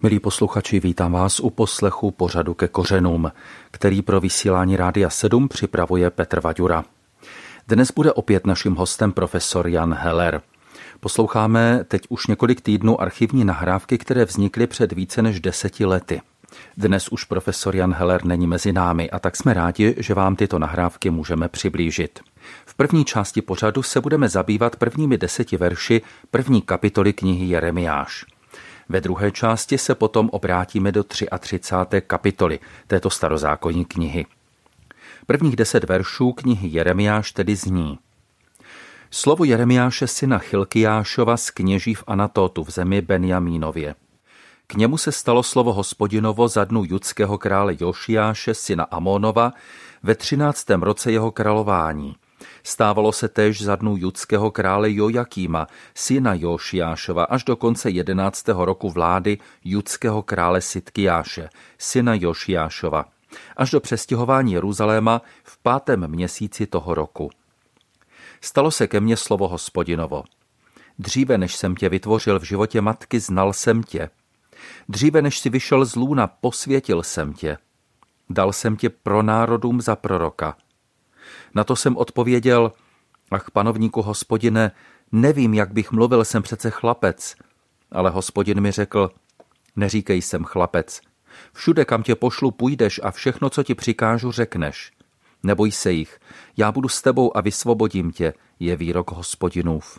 Milí posluchači, vítám vás u poslechu pořadu Ke kořenům, který pro vysílání Rádia 7 připravuje Petr Vaďura. Dnes bude opět naším hostem profesor Jan Heller. Posloucháme teď už několik týdnů archivní nahrávky, které vznikly před více než 10 lety. Dnes už profesor Jan Heller není mezi námi a tak jsme rádi, že vám tyto nahrávky můžeme přiblížit. V první části pořadu se budeme zabývat prvními 10 verši první kapitoly knihy Jeremiáš. Ve druhé části se potom obrátíme do 33. kapitoly této starozákonní knihy. Prvních 10 veršů knihy Jeremiáš tedy zní: Slovo Jeremiáše syna Chilkiášova z kněží v Anatotu v zemi Benjamínově. K němu se stalo slovo Hospodinovo za dnů judského krále Jošiáše syna Amonova ve 13. roce jeho králování. Stávalo se též za dnů judského krále Jojakíma, syna Jošiášova, až do konce 11. roku vlády judského krále Sidkiáše, syna Jošiášova, až do přestěhování Jeruzaléma v 5. měsíci toho roku. Stalo se ke mně slovo Hospodinovo. Dříve, než jsem tě vytvořil v životě matky, znal jsem tě. Dříve, než jsi vyšel z lůna, posvětil jsem tě. Dal jsem tě pro národům za proroka. Na to jsem odpověděl: Ach, panovníku Hospodine, nevím, jak bych mluvil, jsem přece chlapec. Ale Hospodin mi řekl: Neříkej jsem chlapec. Všude, kam tě pošlu, půjdeš a všechno, co ti přikážu, řekneš. Neboj se jich, já budu s tebou a vysvobodím tě, je výrok Hospodinův.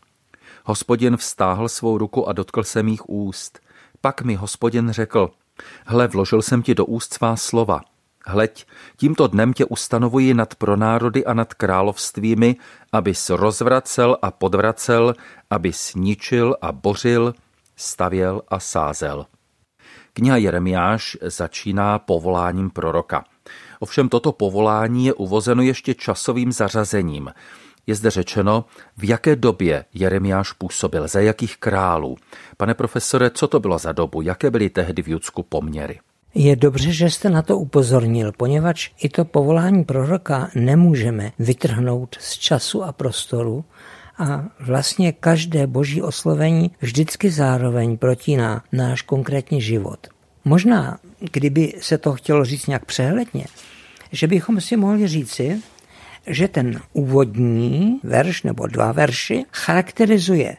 Hospodin vztáhl svou ruku a dotkl se mých úst. Pak mi Hospodin řekl: Hle, vložil jsem ti do úst svá slova. Hleď, tímto dnem tě ustanovuji nad pronárody a nad královstvími, abys rozvracel a podvracel, abys ničil a bořil, stavěl a sázel. Kniha Jeremiáš začíná povoláním proroka. Ovšem toto povolání je uvozeno ještě časovým zařazením. Je zde řečeno, v jaké době Jeremiáš působil, za jakých králů. Pane profesore, co to bylo za dobu, jaké byly tehdy v Judsku poměry? Je dobře, že jste na to upozornil, poněvadž i to povolání proroka nemůžeme vytrhnout z času a prostoru a vlastně každé boží oslovení vždycky zároveň protíná náš konkrétní život. Možná, kdyby se to chtělo říct nějak přehledně, že bychom si mohli říci, že ten úvodní verš nebo 2 verši charakterizuje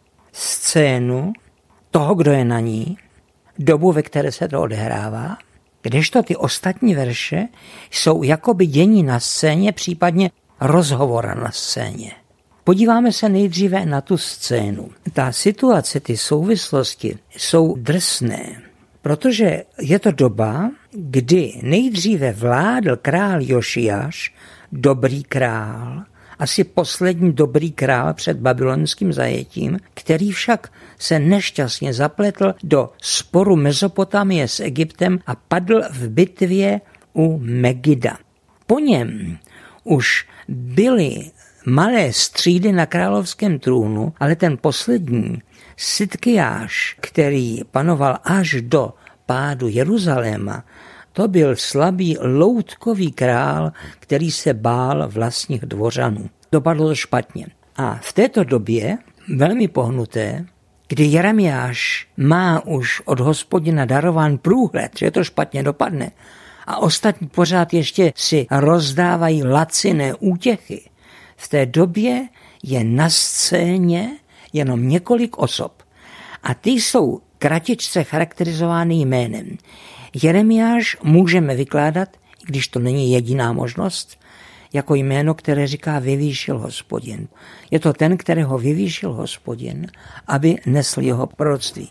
scénu toho, kdo je na ní, dobu, ve které se to odehrává, kdežto ty ostatní verše jsou jakoby dění na scéně, případně rozhovora na scéně. Podíváme se nejdříve na tu scénu. Ta situace, ty souvislosti jsou drsné, protože je to doba, kdy nejdříve vládl král Jošiáš, dobrý král, asi poslední dobrý král před babylonským zajetím, který však se nešťastně zapletl do sporu Mezopotamie s Egyptem a padl v bitvě u Megida. Po něm už byly malé střídy na královském trůnu, ale ten poslední, Sidkiáš, který panoval až do pádu Jeruzaléma, to byl slabý loutkový král, který se bál vlastních dvořanů. Dopadlo to špatně. A v této době, velmi pohnuté, kdy Jeremiáš má už od Hospodina darován průhled, že to špatně dopadne, a ostatní pořád ještě si rozdávají laciné útěchy, v té době je na scéně jenom několik osob. A ty jsou kratičce charakterizovány jménem. Jeremiáš můžeme vykládat, i když to není jediná možnost, jako jméno, které říká vyvýšil Hospodin. Je to ten, kterého vyvýšil Hospodin, aby nesl jeho proroctví.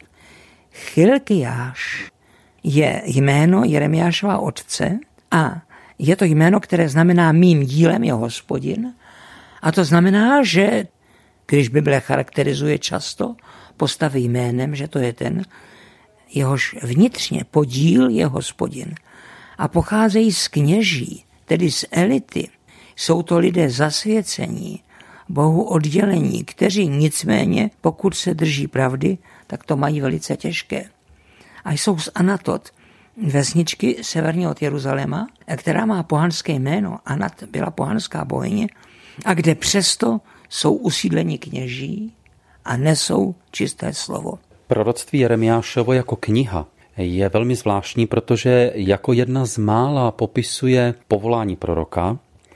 Chilkiáš je jméno Jeremiášova otce a je to jméno, které znamená mým dílem je Hospodin. A to znamená, že když Bible charakterizuje často postavy jménem, že to je ten, jehož vnitřně podíl je Hospodin. A pocházejí z kněží, tedy z elity. Jsou to lidé zasvěcení, Bohu oddělení, kteří nicméně, pokud se drží pravdy, tak to mají velice těžké. A jsou z Anatot, vesničky severně od Jeruzaléma, která má pohanské jméno. Anat byla pohanská bohyně, a kde přesto jsou usídleni kněží a nesou čisté slovo. Proroctví Jeremiášovo jako kniha je velmi zvláštní, protože jako jedna z mála popisuje povolání proroka,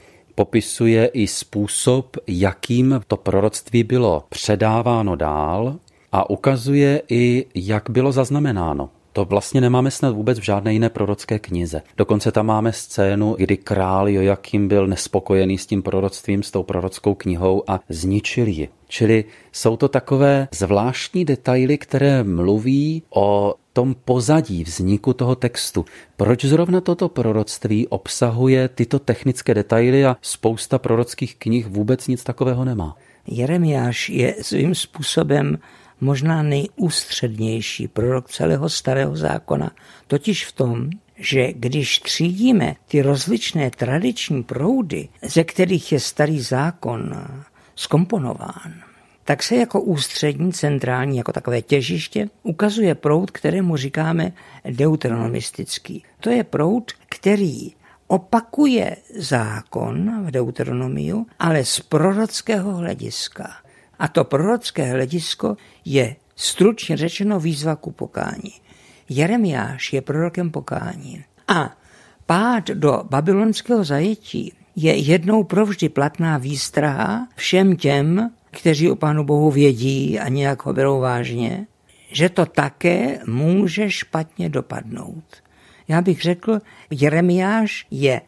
popisuje i způsob, jakým to proroctví bylo předáváno dál a ukazuje i, jak bylo zaznamenáno. To vlastně nemáme snad vůbec v žádné jiné prorocké knize. Dokonce tam máme scénu, kdy král Joachim byl nespokojený s tím proroctvím, s tou prorockou knihou a zničil ji. Čili jsou to takové zvláštní detaily, které mluví o tom pozadí vzniku toho textu. Proč zrovna toto proroctví obsahuje tyto technické detaily a spousta prorockých knih vůbec nic takového nemá? Jeremiáš je svým způsobem možná nejústřednější prorok celého Starého zákona, totiž v tom, že když třídíme ty rozličné tradiční proudy, ze kterých je Starý zákon zkomponován, tak se jako ústřední, centrální, jako takové těžiště ukazuje proud, kterému říkáme deuteronomistický. To je proud, který opakuje zákon v Deuteronomiu, ale z prorockého hlediska. A to prorocké hledisko je stručně řečeno výzva ku pokání. Jeremiáš je prorokem pokání. A pád do babylonského zajetí je jednou provždy platná výstraha všem těm, kteří o Pánu Bohu vědí a nějak ho berou vážně, že to také může špatně dopadnout. Já bych řekl, Jeremiáš je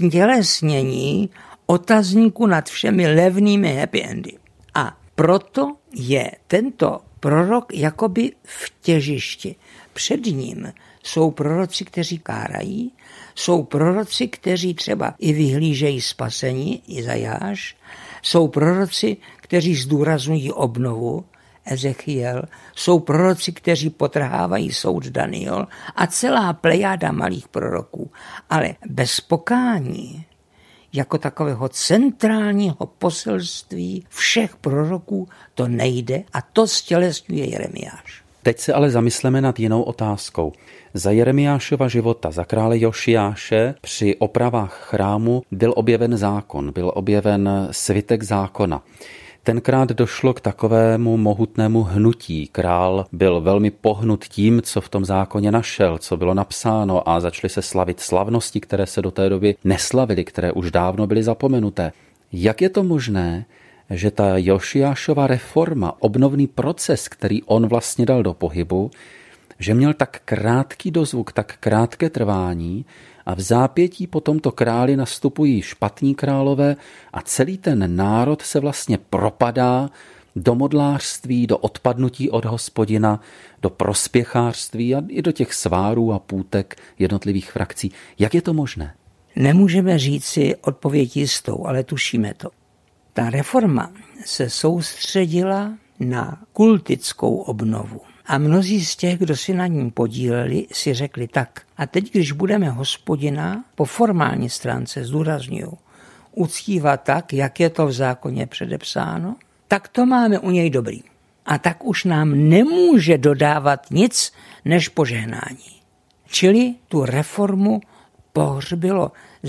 stělesnění otazníku nad všemi levnými happy endy. A proto je tento prorok jakoby v těžišti. Před ním jsou proroci, kteří kárají, jsou proroci, kteří třeba i vyhlížejí spasení, Izajáš, jsou proroci, kteří zdůrazňují obnovu, Ezechiel, jsou proroci, kteří potrhávají soud, Daniel a celá plejáda malých proroků. Ale bez pokání jako takového centrálního poselství všech proroků to nejde a to stělesňuje Jeremiáš. Teď se ale zamysleme nad jinou otázkou. Za Jeremiášova života, za krále Jošiáše při opravách chrámu byl objeven zákon, byl objeven svitek zákona. Tenkrát došlo k takovému mohutnému hnutí. Král byl velmi pohnut tím, co v tom zákoně našel, co bylo napsáno a začaly se slavit slavnosti, které se do té doby neslavily, které už dávno byly zapomenuté. Jak je to možné, že ta Jošiášova reforma, obnovný proces, který on vlastně dal do pohybu, že měl tak krátký dozvuk, tak krátké trvání a v zápětí po tomto králi nastupují špatní králové a celý ten národ se vlastně propadá do modlářství, do odpadnutí od Hospodina, do prospěchářství a i do těch svárů a půtek jednotlivých frakcí. Jak je to možné? Nemůžeme říci odpověď jistou, ale tušíme to. Ta reforma se soustředila na kultickou obnovu. A mnozí z těch, kdo si na ní podíleli, si řekli tak. A teď, když budeme Hospodina po formální stránce, zdůrazňuju, uctívat tak, jak je to v zákoně předepsáno, tak to máme u něj dobrý. A tak už nám nemůže dodávat nic než požehnání. Čili tu reformu pohřbilo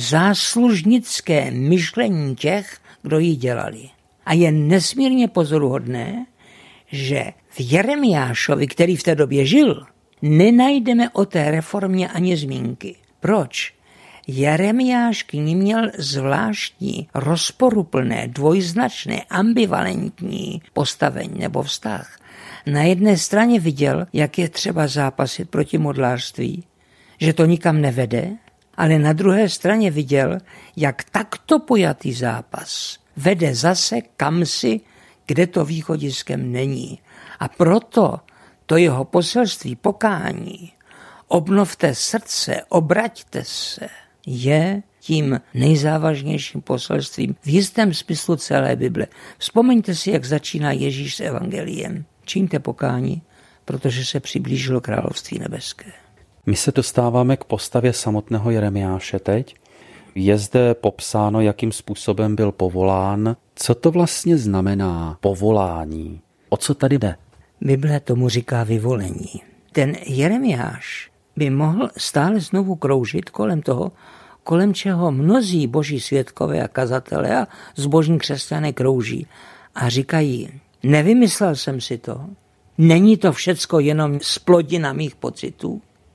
záslužnické myšlení těch, kdo ji dělali. A je nesmírně pozoruhodné, že v Jeremiášovi, který v té době žil, nenajdeme o té reformě ani zmínky. Proč? Jeremiáš k ní měl zvláštní, rozporuplné, dvojznačné, ambivalentní postavení nebo vztah. Na jedné straně viděl, jak je třeba zápasit proti modlářství, že to nikam nevede, ale na druhé straně viděl, jak takto pojatý zápas vede zase kamsi, kde to východiskem není. A proto to jeho poselství pokání, obnovte srdce, obraťte se, je tím nejzávažnějším poselstvím v jistém smyslu celé Bible. Vzpomeňte si, jak začíná Ježíš s evangeliem. Čiňte pokání, protože se přiblížilo království nebeské. My se dostáváme k postavě samotného Jeremiáše teď. Je zde popsáno, jakým způsobem byl povolán. Co to vlastně znamená povolání? O co tady jde? Bible tomu říká vyvolení. Ten Jeremiáš by mohl stále znovu kroužit kolem toho, kolem čeho mnozí boží svědkové a kazatelé a zbožní křesťané krouží a říkají, nevymyslel jsem si to, není to všecko jenom splodina mých pocitů,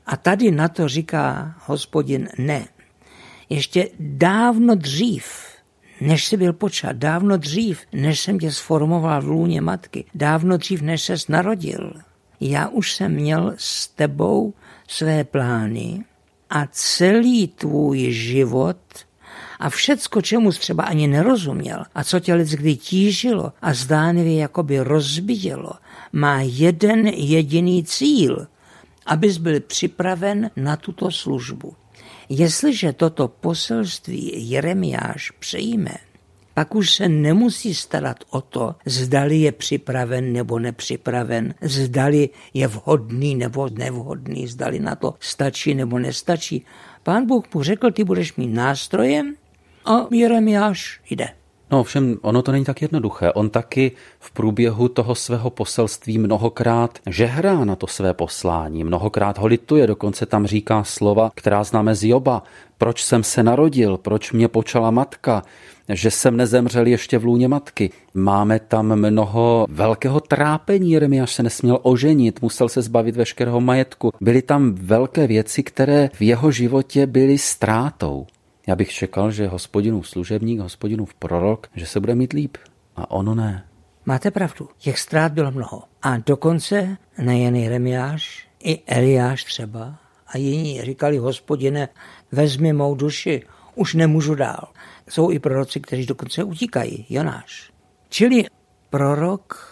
A tady na to říká Hospodin ne. Ještě dávno dřív, než jsi byl počat, dávno dřív, než jsem tě sformoval v lůně matky, dávno dřív, než ses narodil, já už jsem měl s tebou své plány a celý tvůj život a všecko, čemu jsi třeba ani nerozuměl a co tě leckdy tížilo a zdánlivě jakoby rozbíjelo, má jeden jediný cíl, abys byl připraven na tuto službu. Jestliže toto poselství Jeremiáš přijme, pak už se nemusí starat o to, zdali je připraven nebo nepřipraven, zdali je vhodný nebo nevhodný, zdali na to stačí nebo nestačí. Pán Bůh mu řekl, ty budeš mít nástrojem a Jeremiáš jde. No ovšem, ono to není tak jednoduché. On taky v průběhu toho svého poselství mnohokrát žehrá na to své poslání, mnohokrát ho lituje, dokonce tam říká slova, která známe z Joba. Proč jsem se narodil, proč mě počala matka, že jsem nezemřel ještě v lůně matky. Máme tam mnoho velkého trápení, Jeremiáš se nesměl oženit, musel se zbavit veškerého majetku. Byly tam velké věci, které v jeho životě byly ztrátou. Já bych čekal, že Hospodinův služebník, Hospodinův prorok, že se bude mít líp. A ono ne. Máte pravdu, těch ztrát bylo mnoho. A dokonce nejen Jeremiáš, i Eliáš třeba a jiní říkali, Hospodine, vezmi mou duši, už nemůžu dál. Jsou i proroci, kteří dokonce utíkají, Jonáš. Čili prorok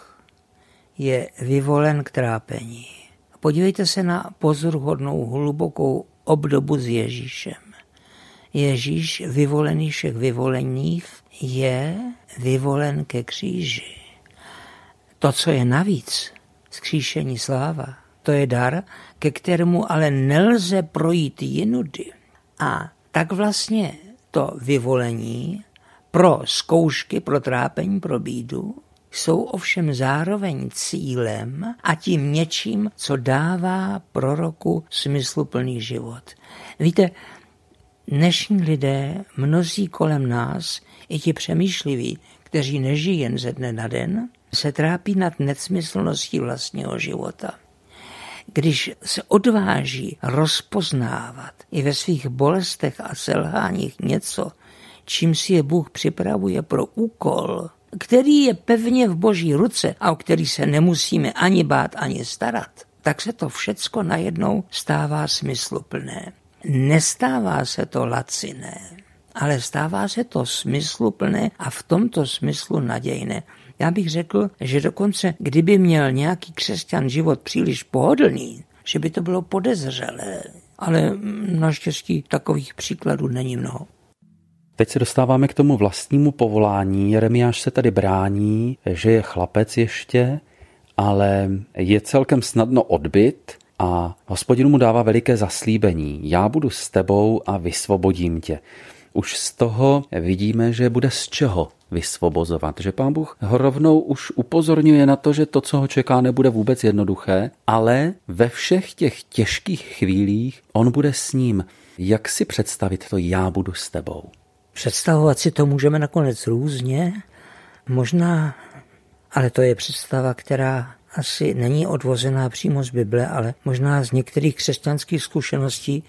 je vyvolen k trápení. Podívejte se na pozoruhodnou hlubokou obdobu s Ježíšem. Ježíš, vyvolený všech vyvolených, je vyvolen ke kříži. To, co je navíc, vzkříšení sláva, to je dar, ke kterému ale nelze projít jinudy. A tak vlastně to vyvolení pro zkoušky, pro trápení, pro bídu, jsou ovšem zároveň cílem a tím něčím, co dává proroku smysluplný život. Víte, dnešní lidé, mnozí kolem nás, i ti přemýšliví, kteří nežijí jen ze dne na den, se trápí nad nesmyslností vlastního života. Když se odváží rozpoznávat i ve svých bolestech a selháních něco, čím si je Bůh připravuje pro úkol, který je pevně v Boží ruce a o který se nemusíme ani bát, ani starat, tak se to všecko najednou stává smysluplné. Nestává se to laciné, ale stává se to smysluplné a v tomto smyslu nadějné. Já bych řekl, že dokonce, kdyby měl nějaký křesťan život příliš pohodlný, že by to bylo podezřelé. Ale naštěstí takových příkladů není mnoho. Teď se dostáváme k tomu vlastnímu povolání. Jeremiáš se tady brání, že je chlapec ještě, ale je celkem snadno odbyt a Hospodin mu dává veliké zaslíbení. Já budu s tebou a vysvobodím tě. Už z toho vidíme, že bude z čeho vysvobozovat, že Pán Bůh ho rovnou už upozorňuje na to, že to, co ho čeká, nebude vůbec jednoduché, ale ve všech těch těžkých chvílích on bude s ním. Jak si představit to já budu s tebou? Představovat si to můžeme nakonec různě, možná, ale to je představa, která asi není odvozená přímo z Bible, ale možná z některých křesťanských zkušeností.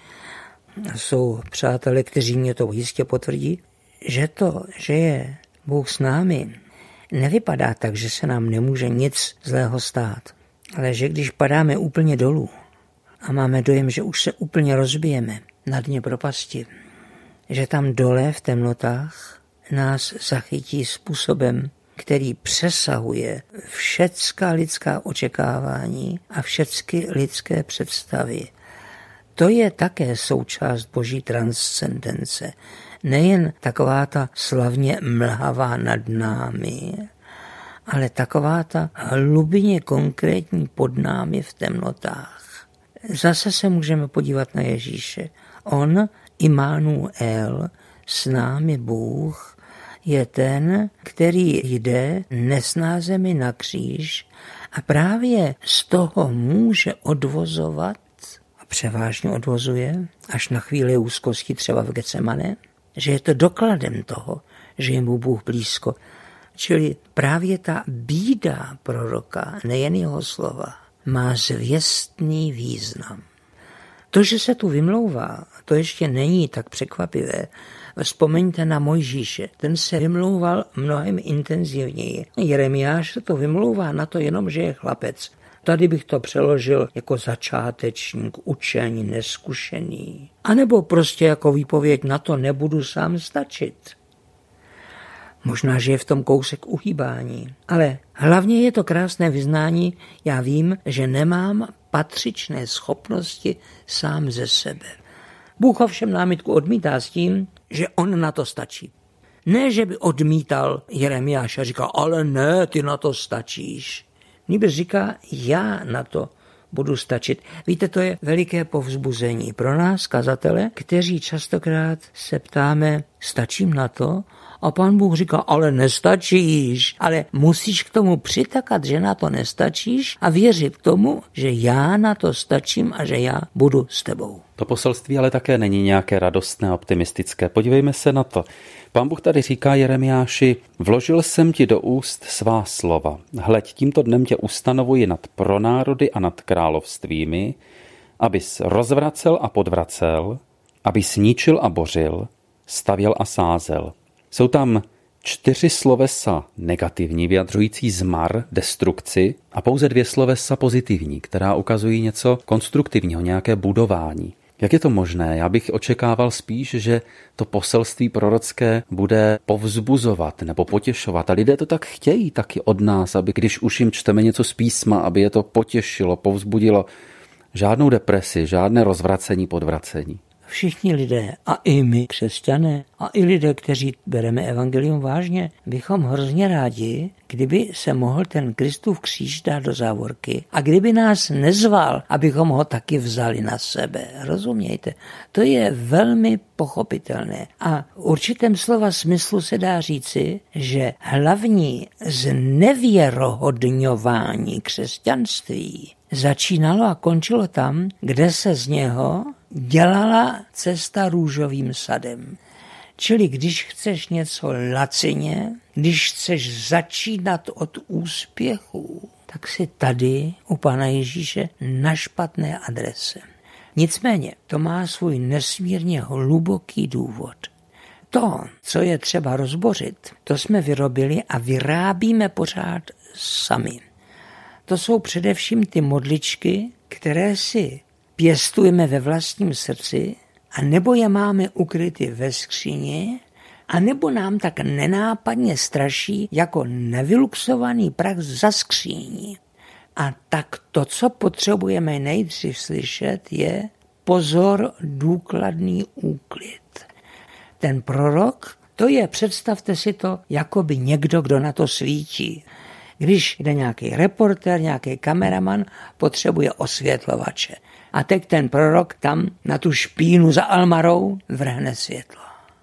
Jsou přátelé, kteří mě to jistě potvrdí, že to, že je Bůh s námi, nevypadá tak, že se nám nemůže nic zlého stát, ale že když padáme úplně dolů a máme dojem, že už se úplně rozbijeme na dně propasti, že tam dole v temnotách nás zachytí způsobem, který přesahuje všecká lidská očekávání a všecky lidské představy. To je také součást Boží transcendence. Nejen taková ta slavně mlhavá nad námi, ale taková ta hlubinně konkrétní pod námi v temnotách. Zase se můžeme podívat na Ježíše. On, Immanuel, s námi Bůh, je ten, který jde nesnázemi na kříž a právě z toho může odvozovat a převážně odvozuje až na chvíli úzkosti třeba v Getsemane, že je to dokladem toho, že je mu Bůh blízko. Čili právě ta bída proroka, nejen jeho slova, má zvěstný význam. To, že se tu vymlouvá, to ještě není tak překvapivé. Vzpomeňte na Mojžíše, ten se vymlouval mnohem intenzivněji. Jeremiáš se to vymlouvá na to jenom, že je chlapec. Tady bych to přeložil jako začátečník, učení, neskušený. A nebo prostě jako výpověď na to nebudu sám stačit. Možná, že je v tom kousek uhýbání. Ale hlavně je to krásné vyznání, já vím, že nemám patřičné schopnosti sám ze sebe. Bůh ovšem námitku odmítá s tím, že on na to stačí. Ne, že by odmítal Jeremiáš a říkal, ale ne, ty na to stačíš. Nýbrž říká, já na to budu stačit. Víte, to je veliké povzbuzení pro nás, kazatele, kteří častokrát se ptáme, stačím na to? A Pán Bůh říká, ale nestačíš, ale musíš k tomu přitakat, že na to nestačíš a věřit k tomu, že já na to stačím a že já budu s tebou. To poselství ale také není nějaké radostné, optimistické. Podívejme se na to. Pán Bůh tady říká Jeremiáši, vložil jsem ti do úst svá slova. Hleď, tímto dnem tě ustanovuji nad pronárody a nad královstvími, abys rozvracel a podvracel, abys ničil a bořil, stavěl a sázel. Jsou tam 4 slovesa negativní, vyjadřující zmar, destrukci a pouze 2 slovesa pozitivní, která ukazují něco konstruktivního, nějaké budování. Jak je to možné? Já bych očekával spíš, že to poselství prorocké bude povzbuzovat nebo potěšovat. A lidé to tak chtějí taky od nás, aby když už jim čteme něco z písma, aby je to potěšilo, povzbudilo. Žádnou depresi, žádné rozvracení, podvracení. Všichni lidé, a i my, křesťané, a i lidé, kteří bereme evangelium vážně, bychom hrozně rádi, kdyby se mohl ten Kristův kříž dát do závorky a kdyby nás nezval, abychom ho taky vzali na sebe. Rozumějte? To je velmi pochopitelné. A v určitém slova smyslu se dá říci, že hlavní znevěrohodňování křesťanství začínalo a končilo tam, kde se z něho dělala cesta růžovým sadem. Čili když chceš něco lacině, když chceš začínat od úspěchů, tak si tady u Pana Ježíše na špatné adrese. Nicméně to má svůj nesmírně hluboký důvod. To, co je třeba rozbořit, to jsme vyrobili a vyrábíme pořád sami. To jsou především ty modličky, které si pěstujeme ve vlastním srdci, a nebo je máme ukryty ve skříni, a nebo nám tak nenápadně straší jako nevyluxovaný prach za skříní. A tak to, co potřebujeme nejdřív slyšet, je pozor, důkladný úklid. Ten prorok, to je, představte si to, jako by někdo, kdo na to svítí. Když jde nějaký reportér, nějaký kameraman, potřebuje osvětlovače. A teď ten prorok tam na tu špínu za almarou vrhne světlo.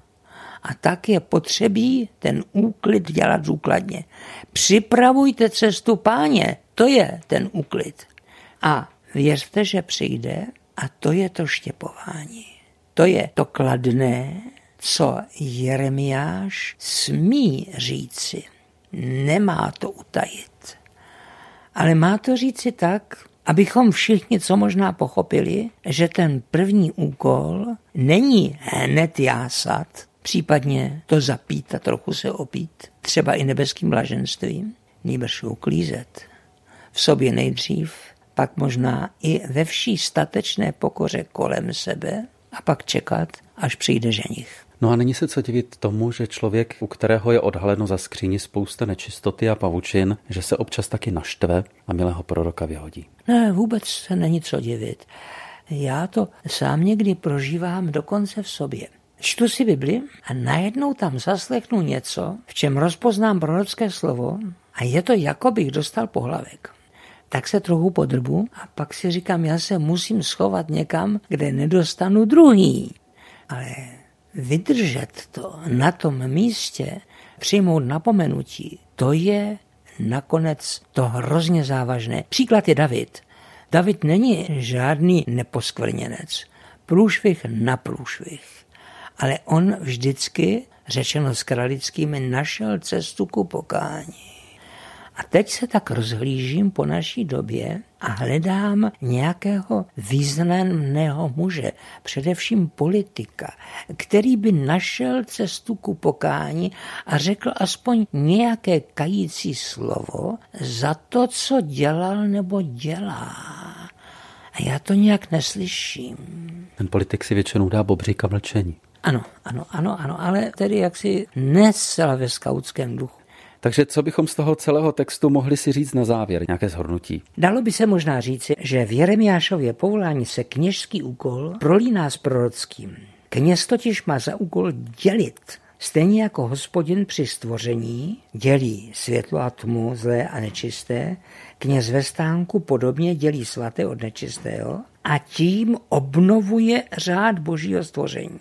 A tak je potřebí ten úklid dělat důkladně. Připravujte cestu Páně, to je ten úklid. A věřte, že přijde, a to je to štěpování. To je to kladné, co Jeremiáš smí říci. Nemá to utajit. Ale má to říci tak, abychom všichni co možná pochopili, že ten první úkol není hned jásat, případně to zapít a trochu se opít, třeba i nebeským blaženstvím, nýbrž uklízet v sobě nejdřív, pak možná i ve vší statečné pokoře kolem sebe a pak čekat, až přijde ženich. No a není se co divit tomu, že člověk, u kterého je odhaleno za skříní spousta nečistoty a pavučin, že se občas taky naštve a milého proroka vyhodí. Ne, vůbec se není co divit. Já to sám někdy prožívám dokonce v sobě. Čtu si Bibli a najednou tam zaslechnu něco, v čem rozpoznám prorocké slovo a je to, jako bych dostal pohlavek. Tak se trochu podrbu a pak si říkám, já se musím schovat někam, kde nedostanu druhý. Ale vydržet to na tom místě, přijmout napomenutí, to je nakonec to hrozně závažné. Příklad je David. David není žádný neposkvrněnec. Průšvih na průšvih. Ale on vždycky, řečeno s Kralickými, našel cestu ku pokání. A teď se tak rozhlížím po naší době a hledám nějakého významného muže, především politika, který by našel cestu ku pokání a řekl aspoň nějaké kající slovo za to, co dělal nebo dělá. A já to nějak neslyším. Ten politik si většinou dá bobříka mlčení. Ano, ale tedy jaksi ne zcela ve skautském duchu. Takže co bychom z toho celého textu mohli si říct na závěr, nějaké shrnutí? Dalo by se možná říci, že v Jeremiášově povolání se kněžský úkol prolíná s prorockým. Kněz totiž má za úkol dělit. Stejně jako Hospodin při stvoření dělí světlo a tmu, zlé a nečisté, kněz ve stánku podobně dělí svaté od nečistého a tím obnovuje řád božího stvoření.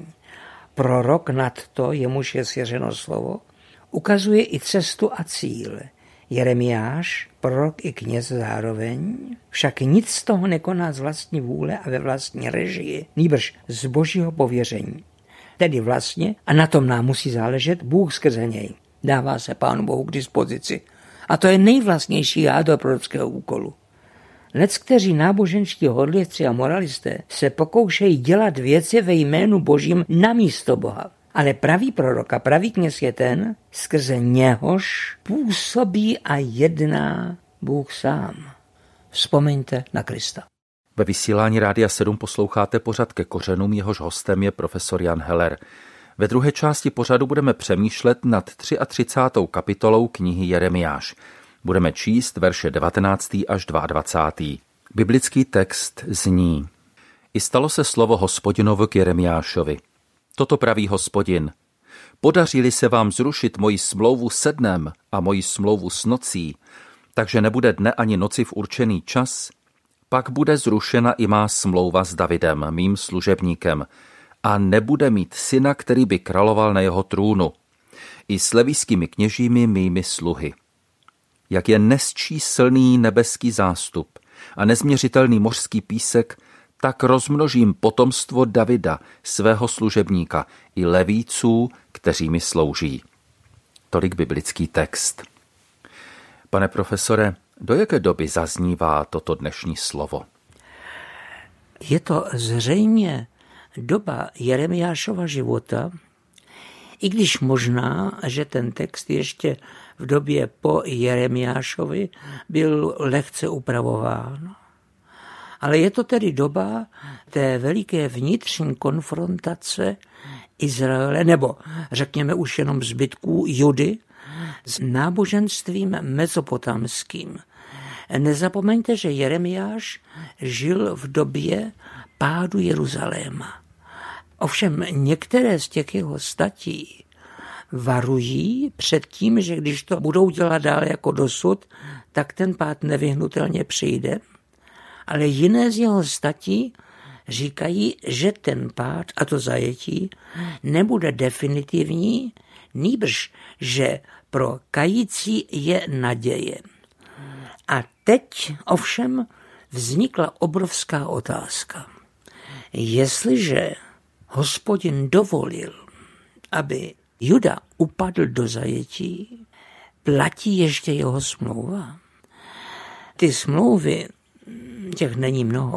Prorok nad to, jemuž je svěřeno slovo, ukazuje i cestu a cíl. Jeremiáš, prorok i kněz zároveň, však nic z toho nekoná z vlastní vůle a ve vlastní režii, nýbrž z božího pověření. Tedy vlastně, a na tom nám musí záležet, Bůh skrze něj dává se Pánu Bohu k dispozici. A to je nejvlastnější jádro prorockého úkolu. Leckteří náboženští horlivci a moralisté se pokoušejí dělat věci ve jménu Božím namísto Boha. Ale pravý prorok a pravý kněz je ten, skrze něhož působí a jedná Bůh sám. Vzpomeňte na Krista. Ve vysílání Rádia 7 posloucháte pořad Ke kořenům, jehož hostem je profesor Jan Heller. Ve druhé části pořadu budeme přemýšlet nad 33. kapitolou knihy Jeremiáš. Budeme číst verše 19. až 22. Biblický text zní: I stalo se slovo Hospodinovo k Jeremiášovi. Toto praví Hospodin. Podaří-li se vám zrušit moji smlouvu se dnem a moji smlouvu s nocí, takže nebude dne ani noci v určený čas, pak bude zrušena i má smlouva s Davidem, mým služebníkem, a nebude mít syna, který by královal na jeho trůnu, i s levískými kněžími mými sluhy. Jak je nesčíslný nebeský zástup a nezměřitelný mořský písek, tak rozmnožím potomstvo Davida, svého služebníka, i levíců, kteří mi slouží. Tolik biblický text. Pane profesore, do jaké doby zaznívá toto dnešní slovo? Je to zřejmě doba Jeremiášova života, i když možná, že ten text ještě v době po Jeremiášovi byl lehce upravován. Ale je to tedy doba té veliké vnitřní konfrontace Izraele, nebo řekněme už jenom zbytků Judy, s náboženstvím mezopotamským. Nezapomeňte, že Jeremiáš žil v době pádu Jeruzaléma. Ovšem některé z těch jeho statí varují před tím, že když to budou dělat dál jako dosud, tak ten pád nevyhnutelně přijde. Ale jiné z jeho statí říkají, že ten pád a to zajetí nebude definitivní, nýbrž, že pro kající je naděje. A teď ovšem vznikla obrovská otázka. Jestliže Hospodin dovolil, aby Juda upadl do zajetí, platí ještě jeho smlouva? Ty smlouvy, těch není mnoho.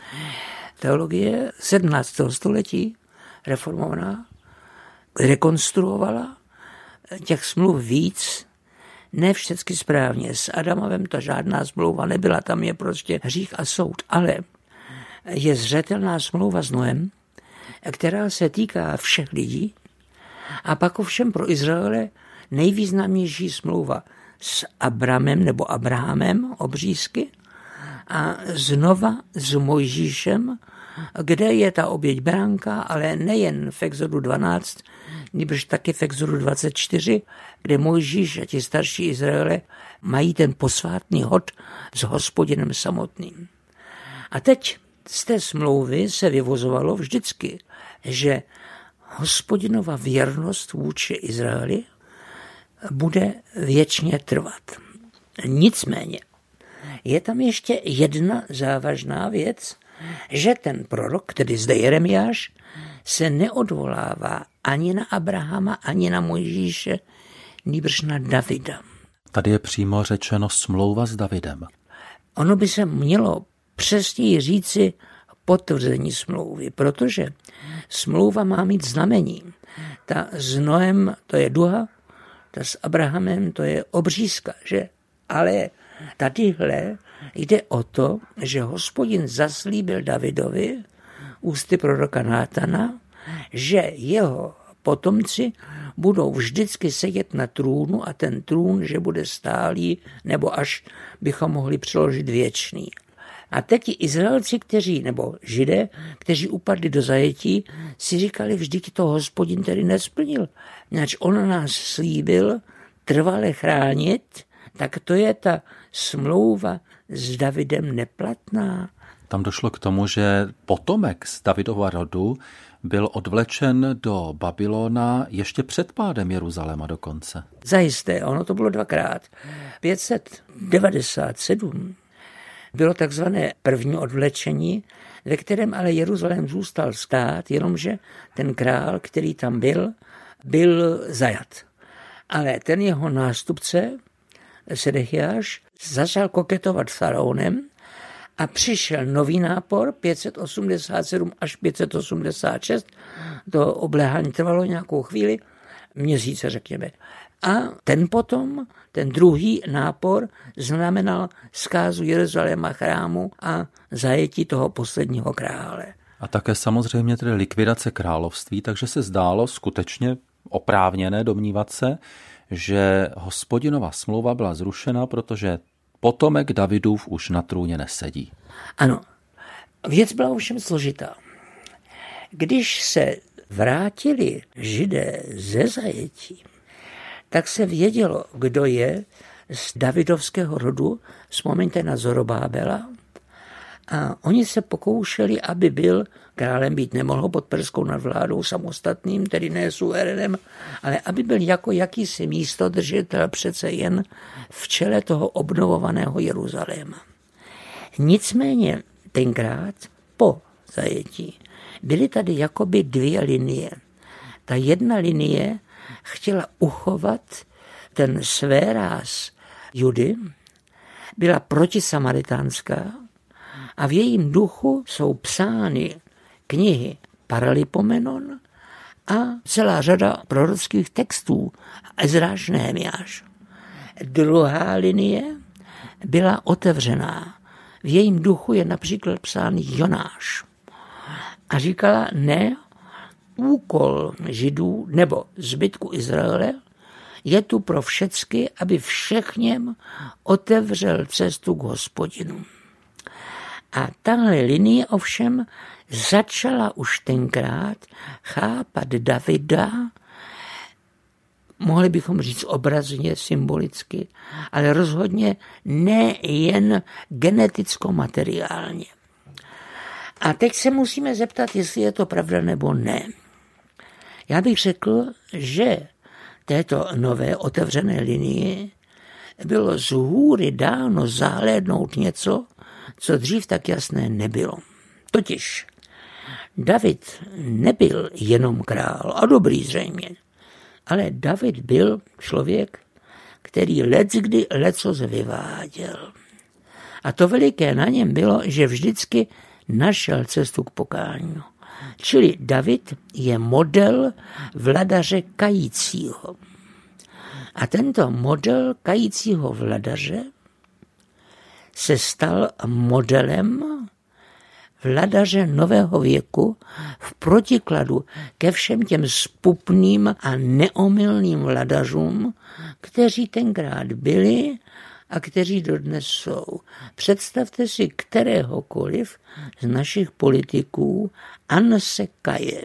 Teologie 17. století reformovaná rekonstruovala těch smluv víc, ne všechny správně. S Adamovem to žádná smlouva nebyla, tam je prostě hřích a soud. Ale je zřetelná smlouva s Noem, která se týká všech lidí, a pak ovšem pro Izraele nejvýznamnější smlouva s Abramem nebo Abrahamem obřízky a znova s Mojžíšem, kde je ta oběť beránka, ale nejen v Exodu 12, nýbrž taky v Exodu 24, kde Mojžíš a ti starší Izraele mají ten posvátný hod s Hospodinem samotným. A teď z té smlouvy se vyvozovalo vždycky, že Hospodinova věrnost vůči Izraeli bude věčně trvat. Nicméně je tam ještě jedna závažná věc, že ten prorok, tedy zde Jeremiáš, se neodvolává ani na Abrahama, ani na Mojžíše, nýbrž na Davida. Tady je přímo řečeno smlouva s Davidem. Ono by se mělo přesněji říci potvrzení smlouvy, protože smlouva má mít znamení. Ta s Noem, to je duha, ta s Abrahamem, to je obřízka, že? Ale tadyhle jde o to, že Hospodin zaslíbil Davidovi ústy proroka Nátana, že jeho potomci budou vždycky sedět na trůnu a ten trůn, že bude stálý, nebo až bychom mohli přeložit věčný. A teď ti Izraelci, nebo Židé, kteří upadli do zajetí, si říkali, vždyť to Hospodin tedy nesplnil. Ač on nás slíbil trvale chránit, tak to je ta smlouva s Davidem neplatná. Tam došlo k tomu, že potomek z Davidova rodu byl odvlečen do Babylona ještě před pádem Jeruzaléma dokonce. Zajisté, ono to bylo dvakrát. 597 bylo takzvané první odvlečení, ve kterém ale Jeruzalém zůstal stát, jenomže ten král, který tam byl zajat. Ale ten jeho nástupce, Sedechiáš, začal koketovat s faraonem a přišel nový nápor 587 až 586. To obléhání trvalo nějakou chvíli, měsíce řekněme. A ten druhý nápor znamenal zkázu Jeruzaléma chrámu a zajetí toho posledního krále. A také samozřejmě tedy likvidace království, takže se zdálo skutečně oprávněné domnívat se, že Hospodinova smlouva byla zrušena, protože potomek Davidův už na trůně nesedí. Ano, věc byla ovšem složitá. Když se vrátili Židé ze zajetí, tak se vědělo, kdo je z davidovského rodu, vzpomeňte na Zorobábela, a oni se pokoušeli, aby byl, králem být nemohl pod perskou nadvládou samostatným, tedy ne suverénem, ale aby byl jako jakýsi místodržitel přece jen v čele toho obnovovaného Jeruzaléma. Nicméně tenkrát po zajetí byly tady jakoby dvě linie. Ta jedna linie chtěla uchovat ten svéráz Judy, byla protisamaritánska a v jejím duchu jsou psány knihy Paralipomenon a celá řada prorockých textů Ezráš, Nehemiáš. Druhá linie byla otevřená. V jejím duchu je například psán Jonáš. A říkala, ne, úkol Židů nebo zbytku Izraele je tu pro všecky, aby všechněm otevřel cestu k Hospodinu. A tahle linie ovšem začala už tenkrát chápat Davida, mohli bychom říct obrazně, symbolicky, ale rozhodně nejen geneticko-materiálně. A teď se musíme zeptat, jestli je to pravda nebo ne. Já bych řekl, že této nové otevřené linii bylo z hůry dáno zahlédnout něco, co dřív tak jasné nebylo. Totiž David nebyl jenom král, a dobrý zřejmě, ale David byl člověk, který leckdy lecos vyváděl. A to veliké na něm bylo, že vždycky našel cestu k pokání. Čili David je model vladaře kajícího. A tento model kajícího vladaře se stal modelem vladaře nového věku v protikladu ke všem těm zpupným a neomylným vladařům, kteří tenkrát byli a kteří dodnes jsou. Představte si kteréhokoliv z našich politiků Anse Kaje.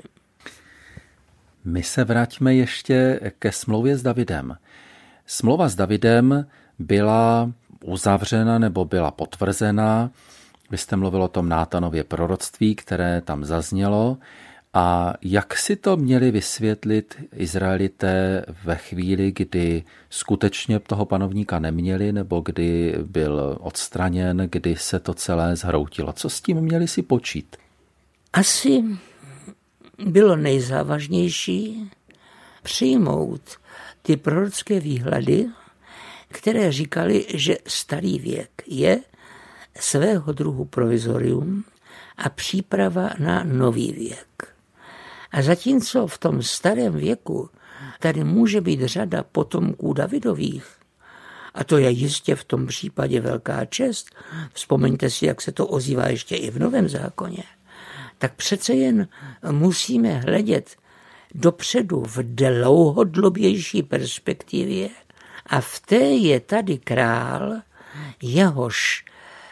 My se vrátíme ještě ke smlouvě s Davidem. Smlouva s Davidem byla uzavřena nebo byla potvrzena. Vy jste mluvil o tom Nátanově proroctví, které tam zaznělo. A jak si to měli vysvětlit Izraelité ve chvíli, kdy skutečně toho panovníka neměli, nebo kdy byl odstraněn, kdy se to celé zhroutilo? Co s tím měli si počít? Asi bylo nejzávažnější přijmout ty prorocké výhledy, které říkali, že starý věk je svého druhu provizorium a příprava na nový věk. A zatímco v tom starém věku tady může být řada potomků Davidových, a to je jistě v tom případě velká čest, vzpomeňte si, jak se to ozývá ještě i v Novém zákoně, tak přece jen musíme hledět dopředu v dlouhodobější perspektivě a v té je tady král, jehož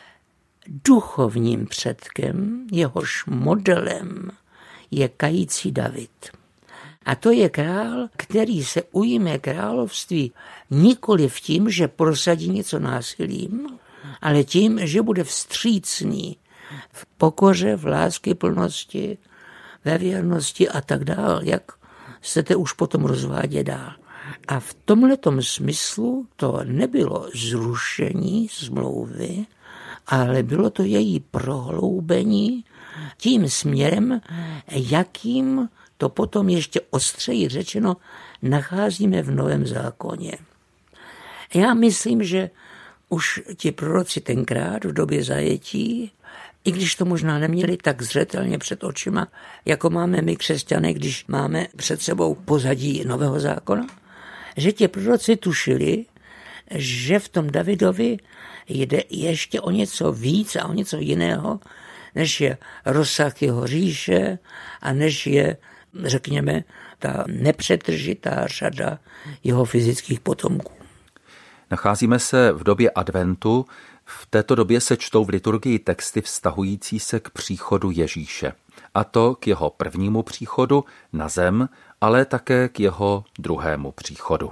duchovním předkem, jehož modelem je kající David. A to je král, který se ujme království nikoli v tím, že prosadí něco násilím, ale tím, že bude vstřícný v pokoře, v láskyplnosti, ve věrnosti a tak dál, jak chcete už potom rozvádět dál. A v tomhletom smyslu to nebylo zrušení smlouvy, ale bylo to její prohloubení tím směrem, jakým to potom ještě ostřeji řečeno nacházíme v Novém zákoně. Já myslím, že už ti proroci tenkrát v době zajetí, i když to možná neměli tak zřetelně před očima, jako máme my křesťané, když máme před sebou pozadí Nového zákona, že ti proroci tušili, že v tom Davidovi jde ještě o něco víc a o něco jiného, než je rozsah jeho říše a než je, řekněme, ta nepřetržitá řada jeho fyzických potomků. Nacházíme se v době adventu. V této době se čtou v liturgii texty vztahující se k příchodu Ježíše. A to k jeho prvnímu příchodu na zem, ale také k jeho druhému příchodu.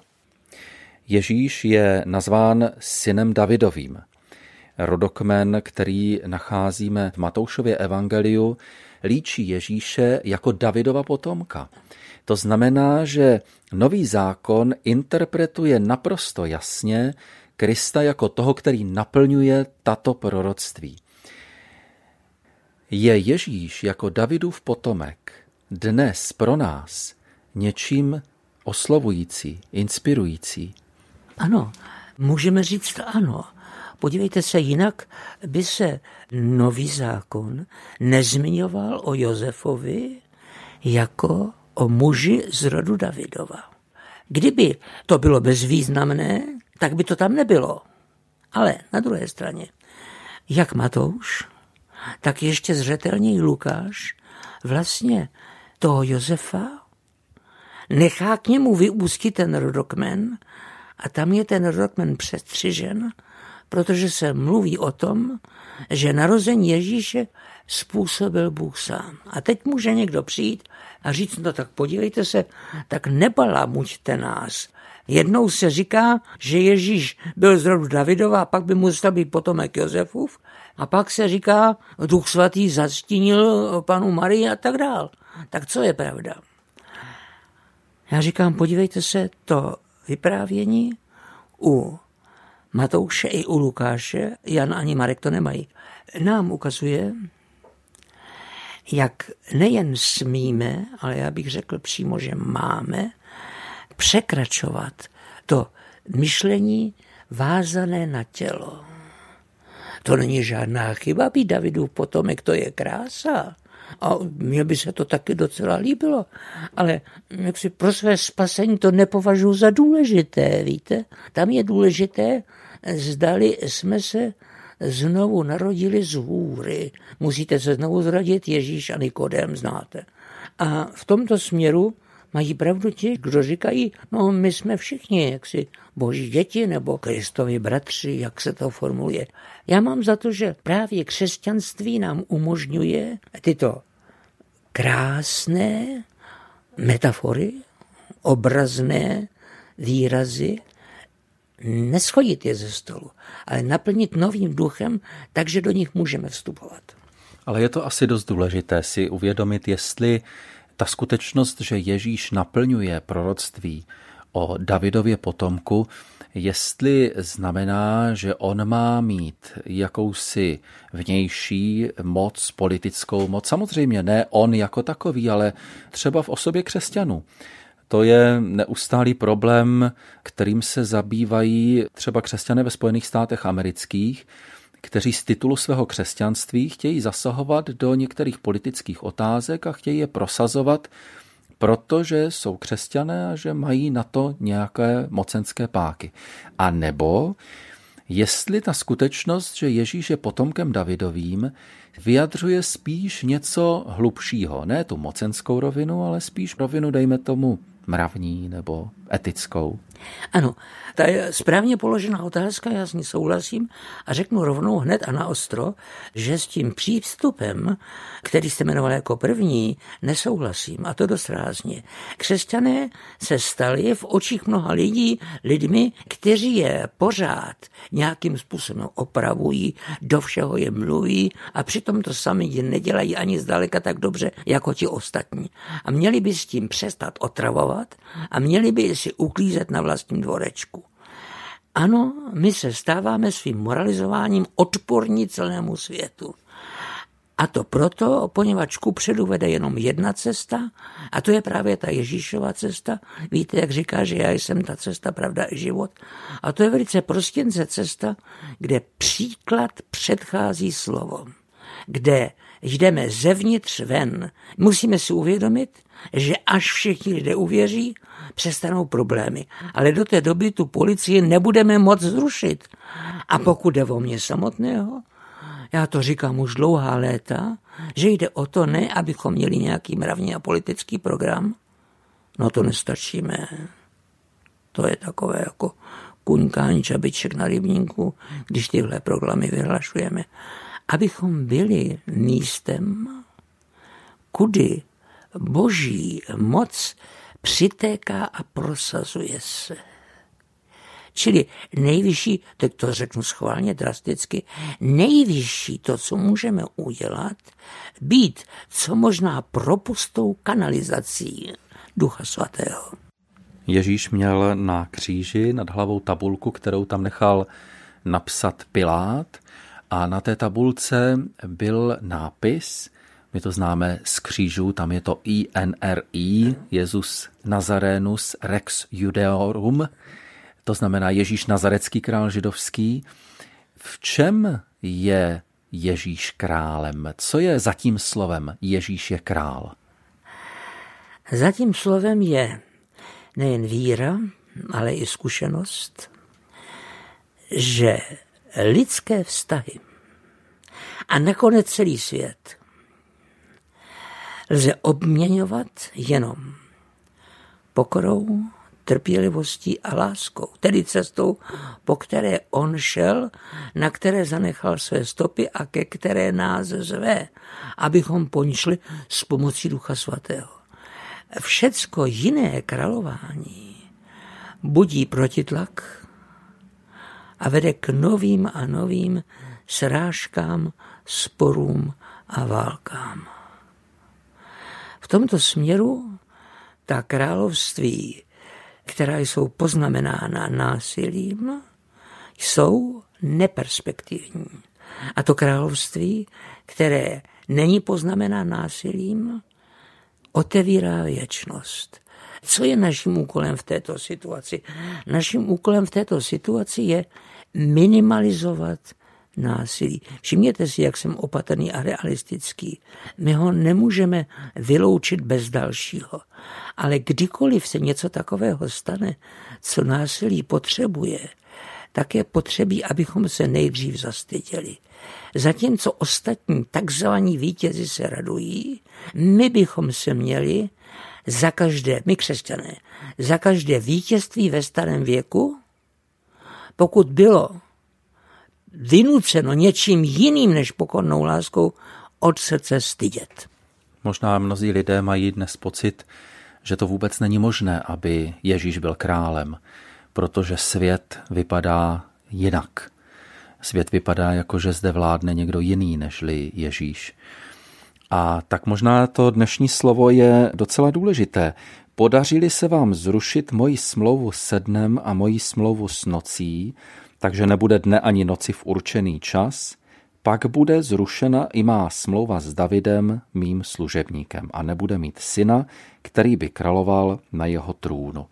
Ježíš je nazván synem Davidovým. Rodokmen, který nacházíme v Matoušově evangeliu, líčí Ježíše jako Davidova potomka. To znamená, že Nový zákon interpretuje naprosto jasně Krista jako toho, který naplňuje tato proroctví. Je Ježíš jako Davidův potomek dnes pro nás něčím oslovující, inspirující? Ano, můžeme říct ano. Podívejte se, jinak by se Nový zákon nezmiňoval o Josefovi jako o muži z rodu Davidova. Kdyby to bylo bezvýznamné, tak by to tam nebylo. Ale na druhé straně, jak Matouš, tak ještě zřetelněji Lukáš vlastně toho Josefa nechá k němu vyústit ten rodokmen a tam je ten rodokmen přestřižen, protože se mluví o tom, že narození Ježíše způsobil Bůh sám. A teď může někdo přijít a říct, no tak podívejte se, tak nebalamuťte nás. Jednou se říká, že Ježíš byl z rodu Davidova a pak by musel být potomek Josefův a pak se říká, Duch svatý zastínil panu Marii a tak dál. Tak co je pravda? Já říkám, podívejte se, to vyprávění u Matouše i u Lukáše, Jan ani Marek to nemají, nám ukazuje, jak nejen smíme, ale já bych řekl přímo, že máme překračovat to myšlení vázané na tělo. To není žádná chyba, být Davidův potomek, to je krása. A mně by se to taky docela líbilo. Ale jak si pro své spasení to nepovažuji za důležité, víte? Tam je důležité, zdali jsme se znovu narodili z hůry. Musíte se znovu zrodit, Ježíš a Nikodém znáte. A v tomto směru mají pravdu ti, kdo říkají, no my jsme všichni jaksi boží děti nebo Kristovi bratři, jak se to formuluje. Já mám za to, že právě křesťanství nám umožňuje tyto krásné metafory, obrazné výrazy, neschodit je ze stolu, ale naplnit novým duchem, takže do nich můžeme vstupovat. Ale je to asi dost důležité si uvědomit, jestli ta skutečnost, že Ježíš naplňuje proroctví o Davidově potomku, jestli znamená, že on má mít jakousi vnější moc, politickou moc. Samozřejmě ne on jako takový, ale třeba v osobě křesťanů. To je neustálý problém, kterým se zabývají třeba křesťané ve Spojených státech amerických, kteří z titulu svého křesťanství chtějí zasahovat do některých politických otázek a chtějí je prosazovat, protože jsou křesťané a že mají na to nějaké mocenské páky. A nebo jestli ta skutečnost, že Ježíš je potomkem Davidovým, vyjadřuje spíš něco hlubšího. Ne tu mocenskou rovinu, ale spíš rovinu, dejme tomu, mravní nebo etickou. Ano, ta je správně položená otázka, já s ní souhlasím a řeknu rovnou hned a naostro, že s tím přístupem, který jste jmenoval jako první, nesouhlasím, a to dost rázně. Křesťané se stali v očích mnoha lidmi, kteří je pořád nějakým způsobem opravují, do všeho je mluví a přitom to sami nedělají ani zdaleka tak dobře jako ti ostatní. A měli by s tím přestat otravovat a měli by si uklízet na vlastním dvorečku. Ano, my se stáváme svým moralizováním odporní celému světu. A to proto, poněvadž kupředu vede jenom jedna cesta, a to je právě ta Ježíšova cesta. Víte, jak říká, že já jsem ta cesta, pravda i život. A to je velice prostěnce cesta, kde příklad předchází slovo. Kde jdeme zevnitř ven. Musíme si uvědomit, že až všichni lidé uvěří, přestanou problémy. Ale do té doby tu policii nebudeme moc zrušit. A pokud jde o mě samotného, já to říkám už dlouhá léta, že jde o to ne, abychom měli nějaký mravní a politický program. No to nestačíme. To je takové jako kuňkání čabiček na rybníku, když tyhle programy vyhlašujeme. Abychom byli místem, kudy boží moc přitéká a prosazuje se. Čili nejvyšší, teď to řeknu schválně drasticky, nejvyšší to, co můžeme udělat, být co možná propustou kanalizací Ducha Svatého. Ježíš měl na kříži nad hlavou tabulku, kterou tam nechal napsat Pilát, a na té tabulce byl nápis, my to známe z křížů, tam je to INRI, Jesus Nazarenus Rex Judeorum, to znamená Ježíš Nazarecký král židovský. V čem je Ježíš králem? Co je za tím slovem Ježíš je král? Za tím slovem je nejen víra, ale i zkušenost, že lidské vztahy a nakonec celý svět lze obměňovat jenom pokorou, trpělivostí a láskou, tedy cestou, po které on šel, na které zanechal své stopy a ke které nás zve, abychom po ní šli s pomocí Ducha Svatého. Všecko jiné králování budí protitlak a vede k novým a novým srážkám, sporům a válkám. V tomto směru ta království, která jsou poznamenána násilím, jsou neperspektivní. A to království, které není poznamenáno násilím, otevírá věčnost. Co je naším úkolem v této situaci? Naším úkolem v této situaci je minimalizovat násilí. Všimněte si, jak jsem opatrný a realistický. My ho nemůžeme vyloučit bez dalšího. Ale kdykoliv se něco takového stane, co násilí potřebuje, tak je potřebí, abychom se nejdřív zastyděli. Zatímco ostatní takzvaní vítězi se radují, my bychom se měli za každé, my křesťané, za každé vítězství ve starém věku, pokud bylo vynuceno něčím jiným než pokornou láskou, od srdce stydět. Možná mnozí lidé mají dnes pocit, že to vůbec není možné, aby Ježíš byl králem, protože svět vypadá jinak. Svět vypadá jako, že zde vládne někdo jiný nežli Ježíš. A tak možná to dnešní slovo je docela důležité. Podařili se vám zrušit moji smlouvu se dnem a moji smlouvu s nocí, takže nebude dne ani noci v určený čas, pak bude zrušena i má smlouva s Davidem, mým služebníkem, a nebude mít syna, který by královal na jeho trůnu.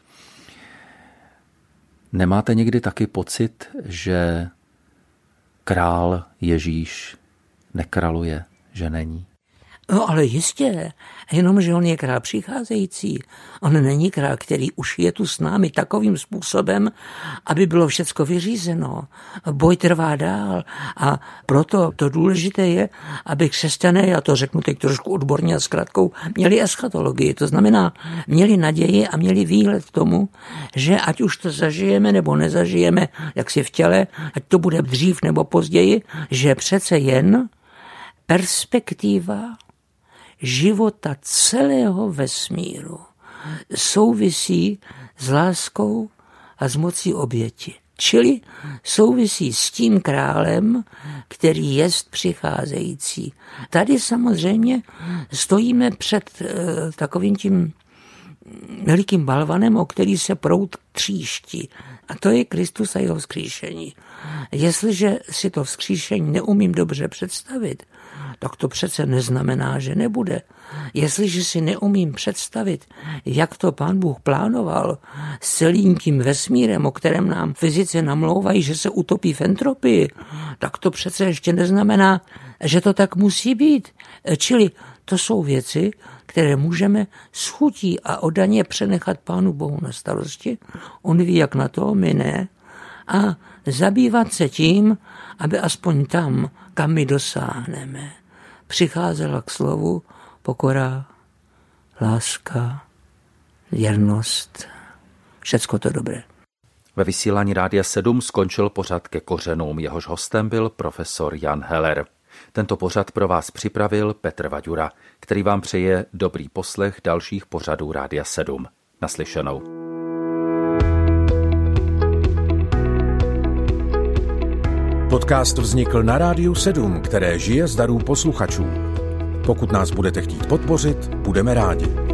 Nemáte někdy taky pocit, že král Ježíš nekráluje, že není? No ale jistě, jenomže on je král přicházející. On není král, který už je tu s námi takovým způsobem, aby bylo všecko vyřízeno. Boj trvá dál a proto to důležité je, aby křesťané, já to řeknu teď trošku odborně a zkratkou, měli eschatologii. To znamená, měli naději a měli výhled k tomu, že ať už to zažijeme nebo nezažijeme, jak si v těle, ať to bude dřív nebo později, že přece jen perspektiva života celého vesmíru souvisí s láskou a s mocí oběti. Čili souvisí s tím králem, který jest přicházející. Tady samozřejmě stojíme před takovým tím velikým balvanem, o který se proud tříští. A to je Kristus a jeho vzkříšení. Jestliže si to vzkříšení neumím dobře představit, tak to přece neznamená, že nebude. Jestliže si neumím představit, jak to Pán Bůh plánoval s celým tím vesmírem, o kterém nám fyzici namlouvají, že se utopí v entropii, tak to přece ještě neznamená, že to tak musí být. Čili to jsou věci, které můžeme s chutí a oddaně přenechat Pánu Bohu na starosti. On ví, jak na to, my ne. A zabývat se tím, aby aspoň tam, kam my dosáhneme, přicházela k slovu pokora, láska, věrnost, všecko to dobré. Ve vysílání Rádia 7 skončil pořad Ke kořenům. Jehož hostem byl profesor Jan Heller. Tento pořad pro vás připravil Petr Vaďura, který vám přeje dobrý poslech dalších pořadů Rádia 7. Naslyšenou. Podcast vznikl na Rádiu 7, které žije z darů posluchačů. Pokud nás budete chtít podpořit, budeme rádi.